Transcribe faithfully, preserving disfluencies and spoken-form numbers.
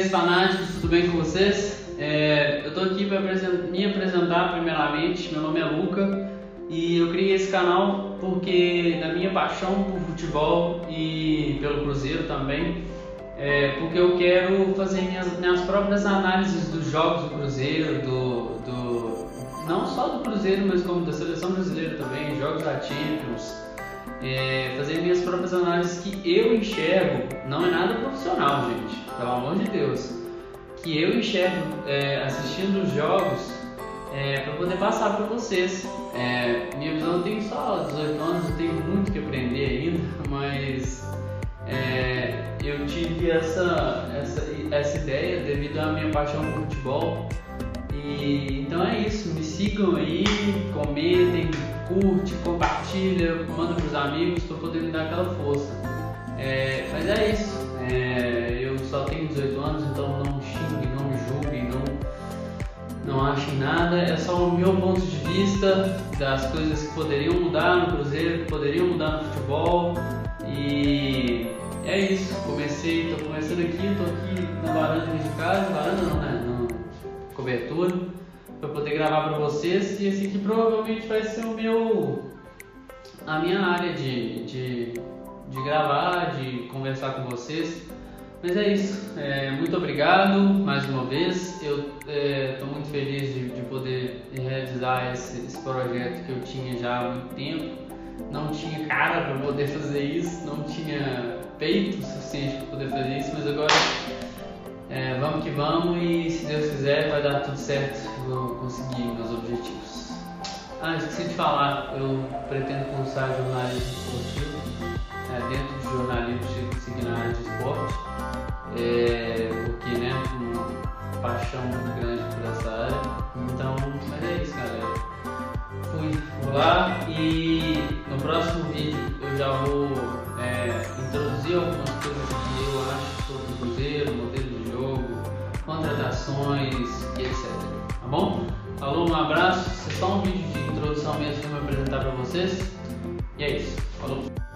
meus fanáticos, tudo bem com vocês? É, eu tô aqui para me apresentar primeiramente. Meu nome é Luca e eu criei esse canal porque da minha paixão por futebol e pelo Cruzeiro também, é, porque eu quero fazer minhas, minhas próprias análises dos jogos do Cruzeiro, do, do, não só do Cruzeiro, mas como da seleção brasileira também, jogos da Champions. É, fazer minhas próprias análises que eu enxergo, não é nada profissional, gente, pelo amor de Deus, que eu enxergo é, assistindo os jogos é, para poder passar para vocês. É, minha visão tem só dezoito anos, eu tenho muito que aprender ainda, mas é, eu tive essa, essa, essa ideia devido à minha paixão por futebol. E, então é isso, me sigam aí, comentem, curte, compartilha, manda pros amigos para poder me dar aquela força. É, mas é isso, é, eu só tenho dezoito anos, então não xinguem, não me julguem, não, não achem nada. É só o meu ponto de vista das coisas que poderiam mudar no Cruzeiro, que poderiam mudar no futebol. E é isso, comecei, tô começando aqui, tô aqui na varanda de casa, varanda não, né? No, cobertura, para poder gravar para vocês, e esse aqui provavelmente vai ser o meu a minha área de, de, de gravar, de conversar com vocês. Mas é isso, é, muito obrigado mais uma vez. Eu estou é, muito feliz de, de poder realizar esse, esse projeto que eu tinha já há muito tempo. Não tinha cara para poder fazer isso, não tinha peito suficiente para poder fazer isso, mas agora É, vamos que vamos, e se Deus quiser vai dar tudo certo, vou conseguir meus objetivos. Ah, esqueci de falar, eu pretendo cursar jornalismo esportivo, é, dentro de jornalismo de seguir na área de esporte, é, porque, né, uma paixão muito grande por essa área. Então, mas é isso, galera. Fui, fui lá, e no próximo vídeo eu já vou é, introduzir algumas coisas que eu acho sobre o Cruzeiro, modelo de jogo, contratações e etcétera. Tá bom? Falou, um abraço. Isso é só um vídeo de introdução mesmo para me apresentar para vocês. E é isso. Falou!